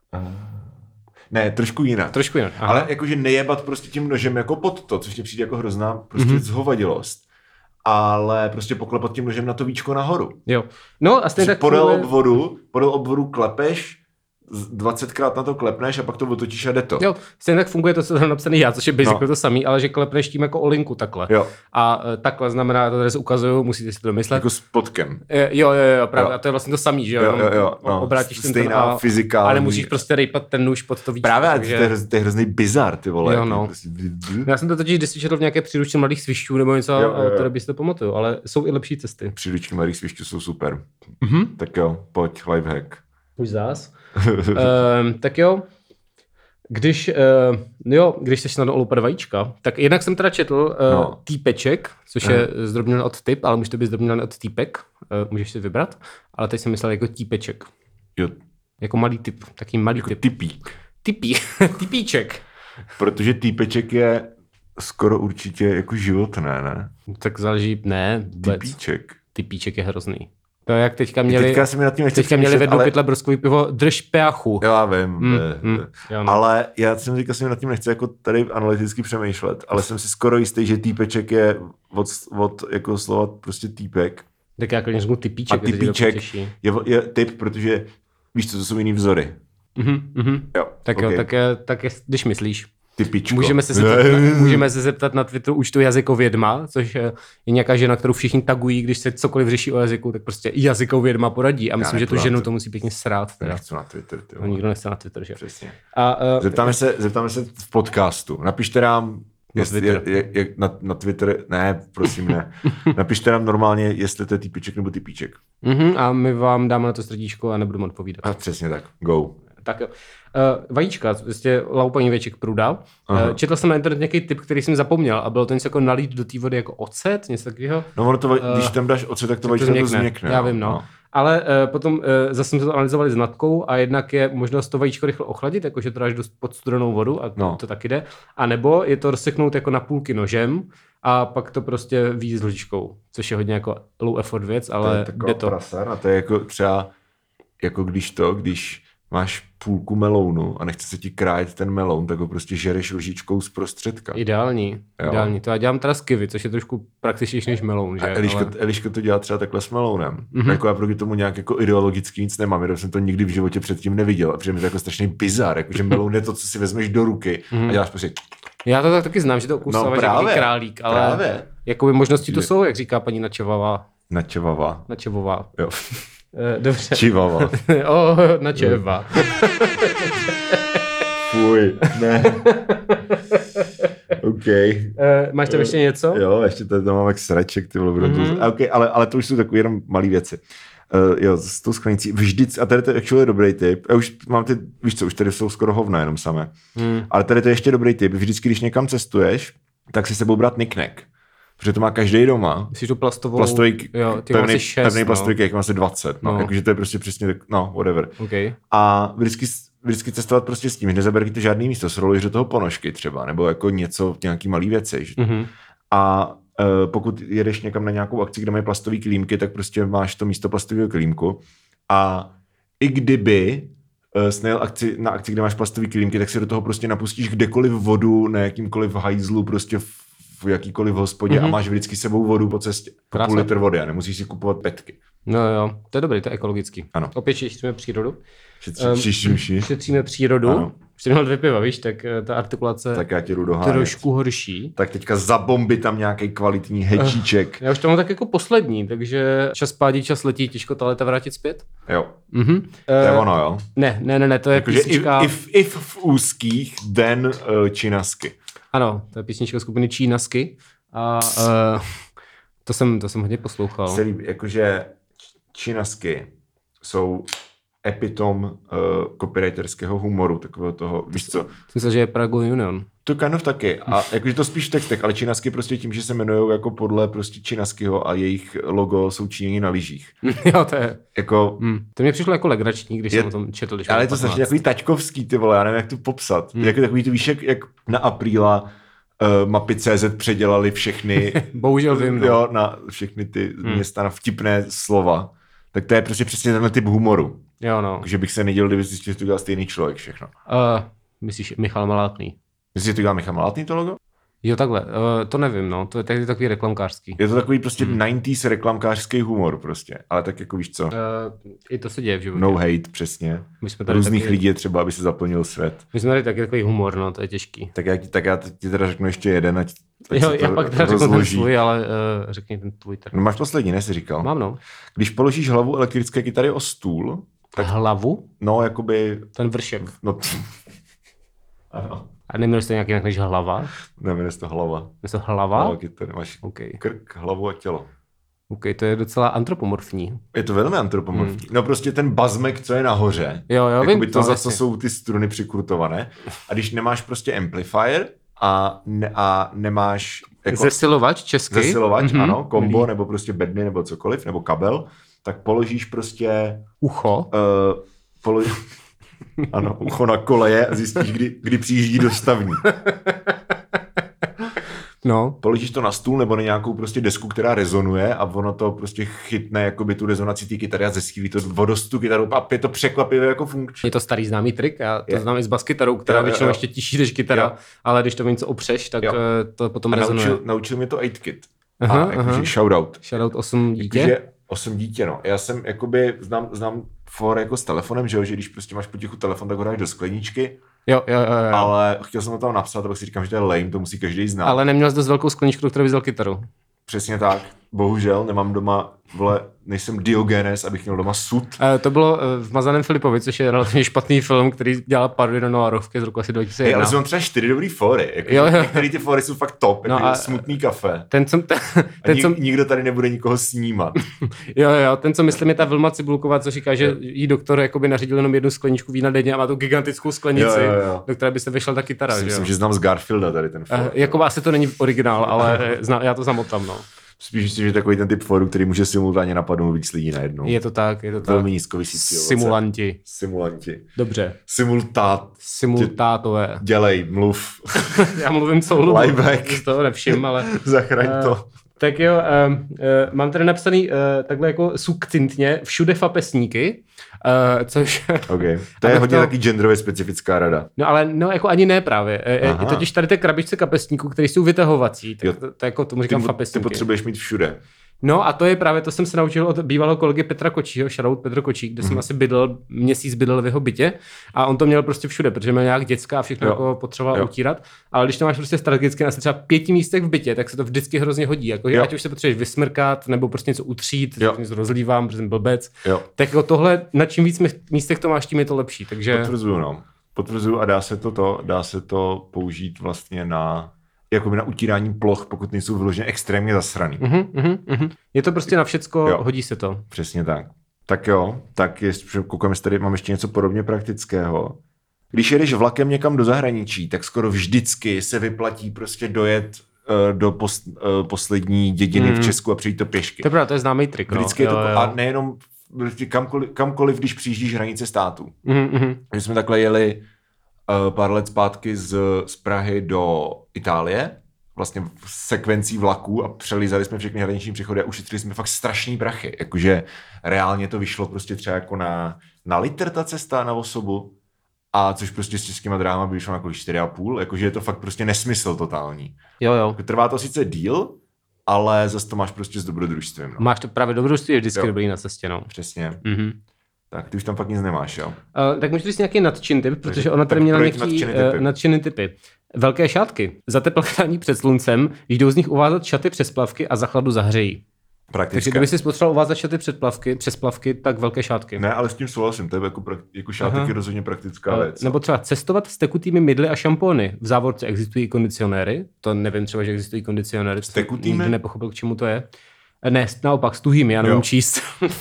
Ne, trošku jinak. Trošku jinak. Aha. Ale jakože nejebat prostě tím nožem jako pod to, což mě přijde jako hrozná prostě mm-hmm. zhovadilost. Ale prostě poklepat tím nožem na to víčko nahoru. Jo. No a stejně tak... Podél funguje... obvodu, podél obvodu klepeš, dvacetkrát na to klepneš a pak to otočíš a jde to. Jo, stejně tak funguje to, co tam napsaný já, což je basically no. to samý, ale že klepneš tím jako o linku takhle. Jo. A uh, takhle znamená, to tady se ukazuju, musíte si to domyslet. Jako s podkem. Jo, jo, jo, právě. Jo. A to je vlastně to samý, že jo? Jo, jo, jo. No. Obrátíš ten stejná a, fyzikální. ale musíš prostě rejpat ten nůž pod to víčko. Právě, takže... to, je, to je hrozný bizar, ty vole. Jo, no. Prostě... Já jsem to totiž kdysi četl v nějaké příručce mladých svišťů nebo něco, které by si to pamatuju, ale jsou i lepší cesty. Příručky mladých svišťů jsou super. Mhm. Tak jo, pojď, lifehack. Už zás. uh, tak jo, když, uh, jo, když jsi snadno olupat vajíčka, tak jednak jsem teda četl uh, no. týpeček, což uh. je zdrobněn od typ, ale může to být zdrobněn od týpek, uh, můžeš si vybrat, ale teď jsem myslel jako týpeček. Jo. Jako malý typ, taký malý jako typ. Typík. Typí, typíček. Protože týpeček je skoro určitě jako životné, ne? Tak záleží, ne. Typíček. typíček je hrozný. To jak teďka měli, teďka jsem nad tím teďka měli vednou ale... pytle broskový pivo, drž peachu. Já vím, mm, mm, jo, no. Ale já jsem teďka jsem nad tím nechci jako tady analyticky přemýšlet, ale jsem si skoro jistý, že týpeček je od, od jako slova prostě týpek. Tak já klidně řeknu typíček. A typíček je, je typ, protože víš co, to jsou jiný vzory. Mm-hmm, mm-hmm. Jo, tak okay. jo, tak, je, tak je, když myslíš. Typičko. Můžeme se, zeptat na, můžeme se zeptat na Twitteru účtu jazykovědma, což je nějaká žena, kterou všichni tagují, když se cokoliv řeší o jazyku, tak prostě i jazykovědma poradí. A myslím, že tu ženu to musí pěkně srát. Teda. Nechci na Twitter. No, nikdo nechce na Twitter, že? Přesně. A, uh, zeptáme, se, zeptáme se v podcastu. Napište nám na Twitter. Je, je, je, na, na Twitter, ne, prosím, ne. Napište nám normálně, jestli to je typíček nebo typíček. Uh-huh, a my vám dáme na to srdíčko a nebudeme odpovídat. A přesně tak. Go. Tak jo. Uh, vajíčka, prostě loupaní věček pruda. Uh, četl jsem na internet nějaký tip, který jsem zapomněl a bylo to něco jako nalít do té vody jako ocet, něco takového. No ono to, uh, když tam dáš ocet, tak to vajíčka to změkne. Já vím, no. no. Ale uh, potom uh, zase jsme to analyzovali s natkou a jednak je možnost to vajíčko rychle ochladit, jakože to dáš do, pod studenou vodu a to, no. to taky jde. A nebo je to rozseknout jako na půlky nožem a pak to prostě víc s lžičkou, což je hodně jako low effort věc, ale to je jde to. Prasar a to je jako třeba, jako když to, když máš půlku melounu a nechce se ti krájet ten meloun, tak ho prostě žereš lžičkou z prostředka. Ideální, jo. ideální. To já dělám teda z kivy, což je trošku praktičnější než meloun, že? A Eliška, ale... Eliška to dělá třeba takhle s melounem. Mm-hmm. Jako já proti tomu nějak jako ideologicky nic nemám, já jsem to nikdy v životě předtím neviděl. A přijde mi to jako strašný bizar, jakože meloun je to, co si vezmeš do ruky mm-hmm. a děláš prostě... Já to tak taky znám, že to okusává, no, že králík, ale právě. Jakoby možnosti tu jsou, jak říká paní Načevová. Načevová. Načevová. Jo. Dobře. Čivava. oh, na čeva. Fuj, ne. OK. Uh, máš tam ještě něco? Jo, ještě tady tam mám jak sraček, ty vole, mm-hmm. okay, ale, ale to už jsou takové jenom malé věci. Uh, jo, s tou sklenicí. Vždyť, a tady to je actually dobrý tip. Já už mám ty, víš co, už tady jsou skoro hovna jenom samé. Mm. Ale tady to je ještě dobrý tip. Vždycky, když někam cestuješ, tak si sebou brát knicknack. Protože to má každý doma. Myslíš tu plastovou? Plastový, jo, pevný, šest, pevný no. plastový kejk, má asi dvacet. No. No. Jakože to je prostě přesně tak, no, whatever. Okay. A vždycky, vždycky cestovat prostě s tím, že nezaberete žádný místo, sroluješ do toho ponožky třeba, nebo jako něco, nějaký malý věci. Mm-hmm. A uh, pokud jedeš někam na nějakou akci, kde mají plastové klímky, tak prostě máš to místo plastového klímku. A i kdyby uh, jsi nejel akci, na akci, kde máš plastové klímky, tak si do toho prostě napustíš kdekoliv vodu, na jakýmkoliv hajzlu, prostě v v jakýkoliv hospodě mm-hmm. a máš vždycky sebou vodu po cestě. Po půl litr vody a nemusíš si kupovat petky. No jo, to je dobrý, to je ekologický. Ano. Opět šetříme přírodu. Šetříme um, šetříme přírodu. Ano. Už jsem měl dvě piva, víš, tak ta artikulace tak já tě jdu dohánět. Trošku horší. Tak teďka zabombi tam nějaký kvalitní hečíček. Uh, já už to mám tak jako poslední, takže čas pádí, čas letí, těžko ta léta vrátit zpět. Jo. Uh-huh. To je uh, ono, jo? Ne, ne, ne, ne, to je jako, písnička... If, if, if v úzkých, den uh, činasky. Ano, to je písnička skupiny Čínasky. A uh, to, jsem, to jsem hodně poslouchal. Se líbí, jakože činasky jsou epitom uh, copywriterského humoru, takového toho, víš co? Myslím, že je Prague Union. To kind of taky. A jakože to spíš v textech, ale činasky prostě tím, že se jmenujou jako podle prostě Činaskyho a jejich logo jsou Číňani na lyžích. Jo, to je. Jako... Hmm. To mě přišlo jako legrační, když je, jsem o tom četl. Ale je to strašně takový tačkovský, ty vole, já nevím, jak to popsat. Hmm. Jako takový, to víš, jak, jak na apríla uh, mapy tečka cé zet předělali všechny... Bohužel vím, no. Jo, na všechny ty hmm. města na vtipné slova. Tak to je prostě přesně tenhle typ humoru. Jo, no. Že bych se nedělal, kdyby zjistil, že to dělal stejný člověk všechno. Uh, myslíš Michal Malátný? Myslíš, že to dělá Michal Malátný to logo? Jo, takhle. Uh, to nevím, no. To je takový, takový reklamkářský. Je to takový prostě hmm. devadesátých reklamkářský humor prostě. Ale tak jako víš co? Uh, I to se děje v životě. No hate, přesně. My jsme tady různých taky... lidí je třeba, aby se zaplnil svět. My jsme tady taky takový humor, no. To je těžký. Tak já, tak já ti teda řeknu ještě jeden, ať, ať jo, já pak teda řeknu ten svůj, ale uh, řekni ten tvůj. No máš poslední, ne, jsi říkal? Mám, no. Když položíš hlavu elektrické kytary o stůl... Tak... Hlavu? No, jakoby... Ten vršek. No, ano. A neměl jsi to nějak jinak než hlava? Neměl jsi to hlava. Měl to hlava? Hlava kytary, máš okay. Krk, hlavu a tělo. OK, to je docela antropomorfní. Je to velmi antropomorfní. Hmm. No prostě ten bazmek, co je nahoře. Jo, jo, vím. To no, zase jsou ty struny přikrutované. A když nemáš prostě amplifier a, ne, a nemáš... Jako zesilovač česky. Zesilovač, mm-hmm. ano, kombo, Milý. Nebo prostě bedny, nebo cokoliv, nebo kabel, tak položíš prostě... Ucho. Uh, polo... ano, ucho na koleje a zjistíš, kdy, kdy přijíždí dostavní. No. Položíš to na stůl nebo na nějakou prostě desku, která rezonuje a ono to prostě chytne jakoby tu rezonaci té kytary a zesílí to vodostu kytaru a je to překvapivě jako funkční. Je to starý známý trik, já to je. znám i s baskytarou, která jo, většinou jo. ještě tiší než kytara, jo. Ale když to něco opřeš, tak jo. to potom a rezonuje. Naučil, naučil mě to osm Kid. Aha, a jakože shoutout. Shoutout osm dítě? Jakože osm dítě, no. Já jsem jakoby, znám, znám for jako s telefonem, že jo, že když prostě máš potichu telefon, tak ho dáš do skleničky. Jo, jo, jo, jo. Ale chtěl jsem to tam napsat, a pak si říkám, že to je lame, to musí každý znát. Ale neměl jsi dost velkou skleničku, do které bys vzal kytaru. Přesně tak. Bohužel nemám doma, vole, nejsem Diogenes, abych měl doma sud. E, to bylo v Mazaném Filipovi, což je relativně špatný film, který dělal parodii na Noarovky z roku asi dva tisíce jedna. Hey, ale jsou třeba čtyři dobrý fóry. Jako, jo, jo. Některý ty fóry jsou fakt top, jako no a smutný kafe. Ten, co, ten, ten, nik, co... nikdo tady nebude nikoho snímat. jo, jo, ten, co myslím, je ta Vilma Cibulková, co říká, že jí doktor jakoby nařídil jenom jednu skleničku vína denně a má tu gigantickou sklenici, jo, jo, jo. do které by se vešla ta kytara. Myslím, že, jo? že znám z Garfielda tady ten fór. Uh, jako asi to není originál, ale zna, já to znám od tam, no. Spíš si, že takový ten typ fóru, který může simultánně napadnout víc lidí najednou. Je to tak, je to tak. Velmi nízkovisící. Simulanti. Simulanti. Dobře. Simultát. Simultátové. Dělej, mluv. Já mluvím celou dobu. Liveback. To nevšim, ale... Zachraň uh, to. Tak jo, uh, uh, mám tady napsaný uh, takhle jako succintně všude fapesníky, uh, což... Okay. To je hodně to... taky genderově specifická rada. No ale no jako ani ne právě. Aha. Je totiž tady ty krabičce kapesníků, které jsou vytahovací, tak to, to jako tomu říkám ty, fapesníky. Ty potřebuješ mít všude. No a to je právě, to jsem se naučil od bývalého kolegy Petra Kočího, shoutout Petr Kočík, kde mm. jsem asi bydlel, měsíc bydlel v jeho bytě a on to měl prostě všude, protože měl nějak děcka a všechno jako potřeboval utírat, ale když to máš prostě strategicky na třeba pěti místech v bytě, tak se to vždycky hrozně hodí, jako ať už se potřebuješ vysmrkat nebo prostě něco utřít, něco rozlívám, protože jsem blbec, jo. Tak jako tohle, na čím víc místech to máš, tím je to lepší, takže... Potvrzuju, no. Potvrzuju a dá se to, to, dá se to použít vlastně na... jakoby na utírání ploch, pokud nejsou vyloženě extrémně zasraný. Uh-huh, uh-huh, uh-huh. Je to prostě na všecko, jo. Hodí se to. Přesně tak. Tak jo, tak jestli koukám, jestli tady mám ještě něco podobně praktického. Když jedeš vlakem někam do zahraničí, tak skoro vždycky se vyplatí prostě dojet uh, do pos, uh, poslední dědiny mm. v Česku a přijít to pěšky. To je pravda, to je známý trik. No. Vždycky je to, jo, jo. A nejenom kamkoliv, kamkoliv, když přijíždíš hranice států. Mm-hmm. My jsme takhle jeli uh, pár let zpátky z, z Prahy do Itálie, vlastně v sekvencí vlaků a přelízali jsme všechny hraniční přechody a ušetřili jsme fakt strašný prachy. Jakože reálně to vyšlo prostě třeba jako na, na litr ta cesta na osobu, a což prostě s českýma dráhama by vyšlo na kolik čtyři a půl, jakože je to fakt prostě nesmysl totální. Jo, jo. Trvá to sice díl, ale zase to máš prostě s dobrodružstvím. No. Máš to právě dobrodružství, je vždycky jo. Dobrý na cestě, no. Přesně. Mhm. Tak ty už tam fakt nic nemáš, jo? Uh, tak můžeš říct nějaký nadčin typ, protože tak, ona tady měla nějaký uh, nadčiny typy. Velké šátky. Za teplání před sluncem jdou z nich uvázat šaty přes plavky a za chladu zahřejí. Praktické. Takže kdyby si potřeboval uvázat šaty před plavky, přes plavky, tak velké šátky. Ne, ale s tím souhlasím, to je jako, jako šátek je rozhodně praktická věc. Nebo třeba cestovat s tekutými mydly a šampóny. V závorce existují i kondicionéry. To nevím třeba, že existují kondicionéry. S tekutými? Nikdy nepochopil, k čemu to je. Ne, naopak s tuhými, já nevím číst.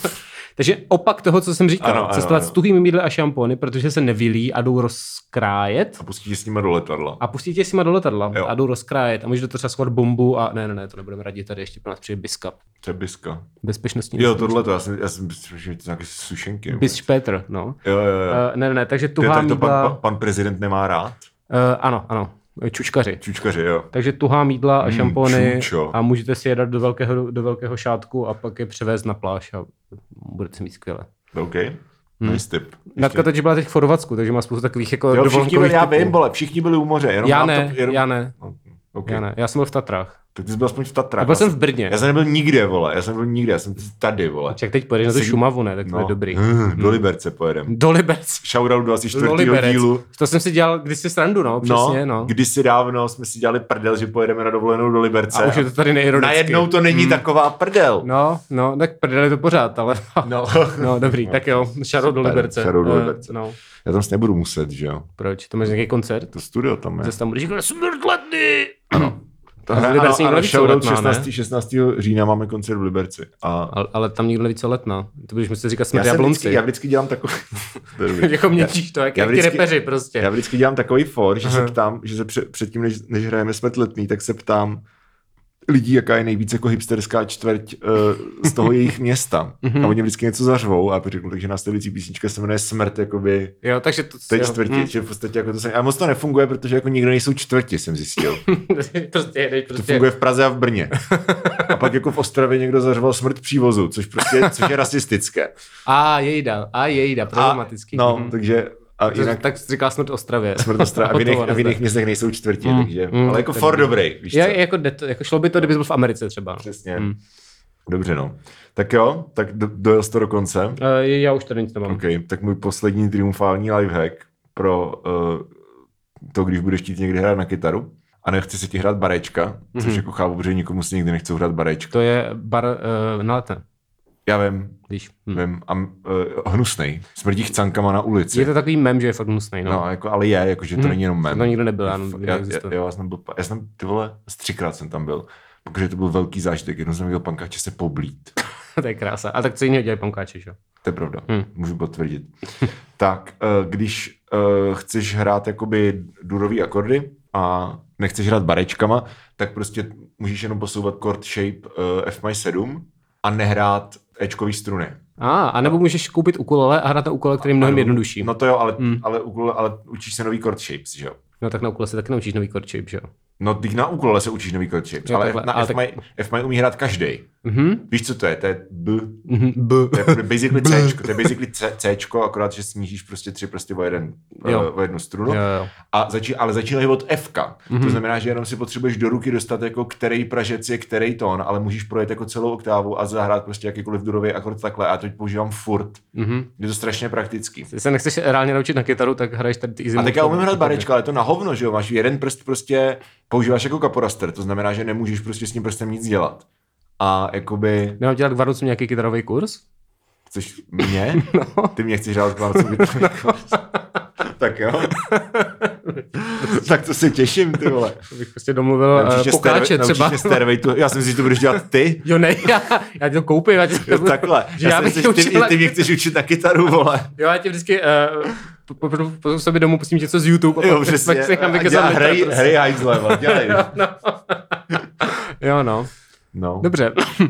Takže opak toho, co jsem říkal, ano, cestovat ano, ano. s tuhými mydly a šampóny, protože se nevylí a jdou rozkrájet. A pustíte s nima do letadla. A pustíte s nima do letadla jo. a jdou rozkrájet. A můžeš do toho třeba schovat bombu a ne, ne, ne, to nebudeme radit, tady ještě pro nás přijde Biska. Co je Biska? Bezpečnostní. Jo, tohle to, já jsem, já jsem myslel, že to nějaké sušenky. Bispetr, no. Jo, jo, jo. Uh, ne, ne, ne, takže tuhá mýdla... mýdla... To pan, pan prezident nemá rád? Uh, ano, ano. Čučkaři. Čučkaři, jo. Takže tuhá mýdla a šampony mm, a můžete si je dát do velkého, do velkého šátku a pak je převést na pláž a budete mít skvěle. OK. Hmm. Nice tip. Natka teď byla teď v Chorvatsku, takže má spoustu takových jako jo, dovolenkových byli, já typů. vím, vole, všichni byli u moře. Jenom já, ne, to, jenom... já ne, okay. já ne. Já jsem byl v Tatrách. Tak ty jsi byl aspoň v Tatrách. Já byl jsem v Brně. Já jsem nebyl nikde, vole. Já jsem byl nikde, já jsem tady, vole. Ček, teď pojedeš na tu Šumavu, ne? Tak to no. je dobrý. Mm, do Liberce pojedem. Do Liberce. Shoutout do asi čtvrtýho dílu. To jsem si dělal kdysi srandu, no, přesně, no. no. Kdysi dávno jsme si dělali prdel, že pojedeme na dovolenou do Liberce. A už je to tady nejironicky. Najednou to není hmm. taková prdel. No, no, tak prdel je to pořád, ale... No, no dobrý, no. Tak jo, shoutout do Liberce. Shoutout do Liberce. Uh, no. Já tam nebudu muset, že jo. Proč? To máš nějaký koncert? To studio tam je. Zase tam budeš říkat, smrt letný! Ano. To hra, ano, ano, shoutout šestnáctého října máme koncert v Liberci. A... Ale, ale tam nikdo neví, co letná. To budeš muset říkat smrt jablonci. Já vždycky dělám takový... jako měčíš to, jak, jak ty repeři prostě. Já vždycky dělám takový for, že Aha. se ptám, že se před, předtím, než, než hrajeme smrt letný, tak se ptám, lidí, jaká je nejvíc jako hipsterská čtvrť uh, z toho jejich města. A oni vždycky něco zařvou a řeknu, takže následující písnička se jmenuje Smrt, jakoby jo, takže to, té čtvrtě, hmm. že v podstatě jako to se, a moc to nefunguje, protože jako nikdo nejsou čtvrti, jsem zjistil. prostě jedeš, prostě. To funguje v Praze a v Brně. A pak jako v Ostravě někdo zařval Smrt přívozu, což prostě, což je rasistické. A jejda, a jejda, problematický. A, no, hmm. takže a jinak, tak jsi říkal Smrt Ostravě. Smrt Ostravě. A v jiných, v jiných městech nejsou čtvrti, mm, takže, mm, ale jako for dobrý, víš co? Je, jako, jako šlo by to, kdyby byl v Americe třeba. Přesně. Mm. Dobře, no. Tak jo, tak do, dojel jsi to do konce. Uh, já už tady nic nemám. OK, tak můj poslední triumfální lifehack pro uh, to, když budeš chtít někdy hrát na kytaru a nechce se ti hrát barečka, mm-hmm. což jako chápu, protože nikomu si nikdy nechce hrát barečka. To je bar uh, na Letné. Já vím, Víš. Hm. vím, a uh, hnusnej, smrdí chcankama na ulici. Je to takový mem, že je fakt hnusnej, no. No, jako, ale je, jako, že to hm. není jenom mem. To nikdo nebyl, já, já, já, já, jsem byl, já jsem, ty vole, třikrát jsem tam byl, protože to byl velký zážitek, jednou jsem viděl pankáče se poblít. To je krása, ale tak co jiného dělají pankáči, že? To je pravda, hm. můžu potvrdit. Hm. Tak, uh, když uh, chceš hrát jakoby durový akordy a nechceš hrát barečkama, tak prostě můžeš jenom posouvat chord shape uh, F maj sedm a nehrát Ečkový struny. A, a nebo můžeš koupit ukulele a hrát na ukulele, který je mnohem jednodušší. No to jo, ale, mm. ale, ukulele, ale učíš se nový chord shapes, že jo? No tak na ukulele se taky naučíš nový chord shape, že jo? No teď na ukulele se učíš nový chord shapes, jo, ale takhle, na ale F maj, tak... F maj umí hrát každej. Mm-hmm. Víš, co to je? To je B. Mm-hmm. B. To je basically Cčko. To je basically C, Cčko, akorát, že snížíš prostě tři prsty o, jeden, uh, o jednu strunu. Jo, jo. A začí, ale začínají od Fka. Mm-hmm. To znamená, že jenom si potřebuješ do ruky dostat jako který pražec je který tón, ale můžeš projet jako celou oktávu a zahrát prostě jakýkoliv durový akord takhle. A to používám furt. Mm-hmm. Je to strašně praktický. Když se nechceš reálně naučit na kytaru, tak hraješ tady ty easy. A tak já umím hrát barečka, ale to na hovno, že jo? Máš jeden prst prostě používáš jako kaporaster, to znamená, že nemůžeš prostě s tím prstem nic dělat. A jakoby... Nemám dělat k Vánocům nějaký kytarový kurz? Chceš mě? No. Ty mě chceš dělat k Vánocům kytarový kurz? Tak jo. Tak to se těším, ty vole. To bych prostě domluvil uh, pokáče třeba. Tu... Já jsem si, že to budeš dělat ty. Jo ne, já, já ti to koupím. Já ti jo, takhle. Já, já jsem si, ty, ty mě chceš učit na kytaru, vole. Jo, já ti vždycky... Uh, po, po, po sobě domů pustím něco z YouTube. Jo, přesně. A hrej, hrej hajzle, dělej. No. Jo, no. No. Dobře.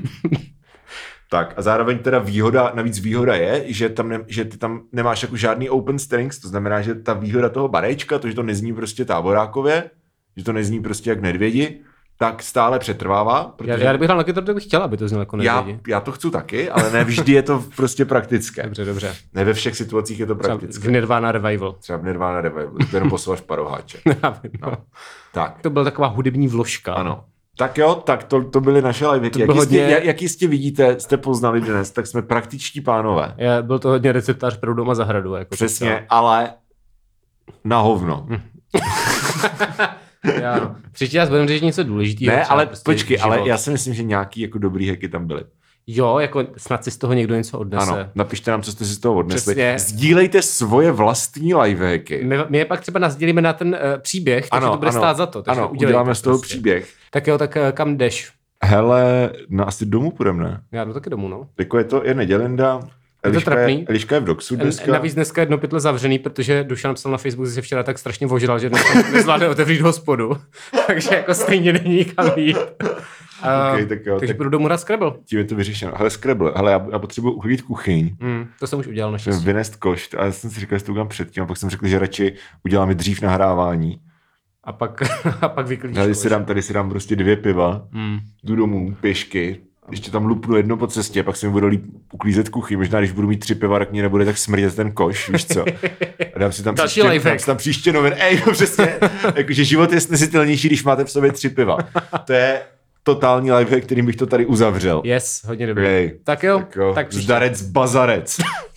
Tak a zároveň teda výhoda, navíc výhoda je, že, tam ne, že ty tam nemáš jako žádný open strings, to znamená, že ta výhoda toho barečka, to, že to nezní prostě táborákově, že to nezní prostě jak nedvědi, tak stále přetrvává. Protože... Já, já kdybych hrál na kytaru, tak bych chtěl, aby to znělo jako nedvědi. Já, já to chci taky, ale ne vždy je to prostě praktické. Dobře, dobře. Ne ve všech situacích je to praktické. Třeba v Nirvana Revival. Třeba v Nirvana Revival, to jenom posouváš paroháče. No. Tak. To byla taková hudební vložka. Ano. Tak jo, tak to, to byly naše livehacky. Jak, hodně... jak, jak jistě vidíte, jste poznali dnes, tak jsme praktičtí pánové. Je, byl to hodně receptář pro doma zahradu. Jako přesně, to. Ale na hovno. Já, no. Příští raz budeme řešit něco důležitého. Ne, ale prostě počkej, život. Ale já si myslím, že nějaký jako dobrý hacky tam byly. Jo, jako snad si z toho někdo něco odnese. Ano, napište nám, co jste si z toho odnesli. Přesně. Sdílejte svoje vlastní livehacky. My, my je pak třeba nasdílíme na ten uh, příběh, takže ano, to bude ano, stát za to. Takže ano, uděláme z toho prostě příběh. Tak jo, tak uh, kam jdeš? Hele, no asi domů půjdeme, ne? Já jdu taky domů, no. Jako je to, je nedělenda. Eliška je, Eliška je v Doxu dneska. Navíc dneska je dno pytle zavřený, protože Dušan napsal na Facebooku, že se včera tak strašně vožral, že dneska nezvládne otevřít hospodu. Takže jako stejně není kam jít. Okay, tak jo, takže tak budu domů hrát Scrabble. Tím je to vyřešeno. Hele, Scrabble, hele, já, já potřebuji uklidit kuchyň. Mm, to jsem už udělal naštěstí. Vynést košt, a já jsem si říkal, že to udělám předtím, a pak jsem řekl, že radši uděláme dřív nahrávání. A pak, a pak vyklidíš tady si dám, tady si dám prostě dvě piva, mm. jdu domů, pěšky, ještě tam lupnu jedno po cestě, pak se mi bude líp uklízet kuchyň. Možná, když budu mít tři piva, tak mě nebude tak smrdět ten koš, víš co. A dám si tam další příště, dám si tam příště novin. Ej, no přesně, jakože život je snesitelnější, když máte v sobě tři piva. To je totální lifehack, kterým bych to tady uzavřel. Yes, hodně dobrý. Ej, tak jo, tak, jo. tak příště. Zdarec bazarec.